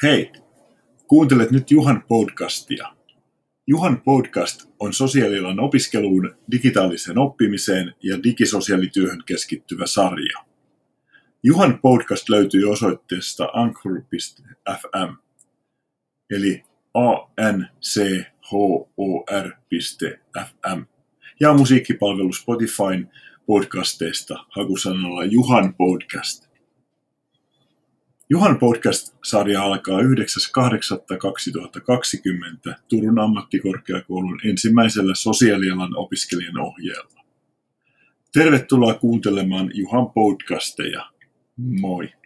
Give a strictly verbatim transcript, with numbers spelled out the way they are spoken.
Hei, kuuntelet nyt Juhan podcastia. Juhan podcast on sosiaalialan opiskeluun, digitaaliseen oppimiseen ja digisosiaalityöhön keskittyvä sarja. Juhan podcast löytyy osoitteesta anchor piste f m eli a n c h o r piste f m ja musiikkipalvelu Spotifyn podcasteista hakusanalla Juhan podcast. Juhan podcast-sarja alkaa yhdeksäs kahdeksatta kaksituhattakaksikymmentä Turun ammattikorkeakoulun ensimmäisellä sosiaalialan opiskelijan ohjeella. Tervetuloa kuuntelemaan Juhan podcasteja. Moi!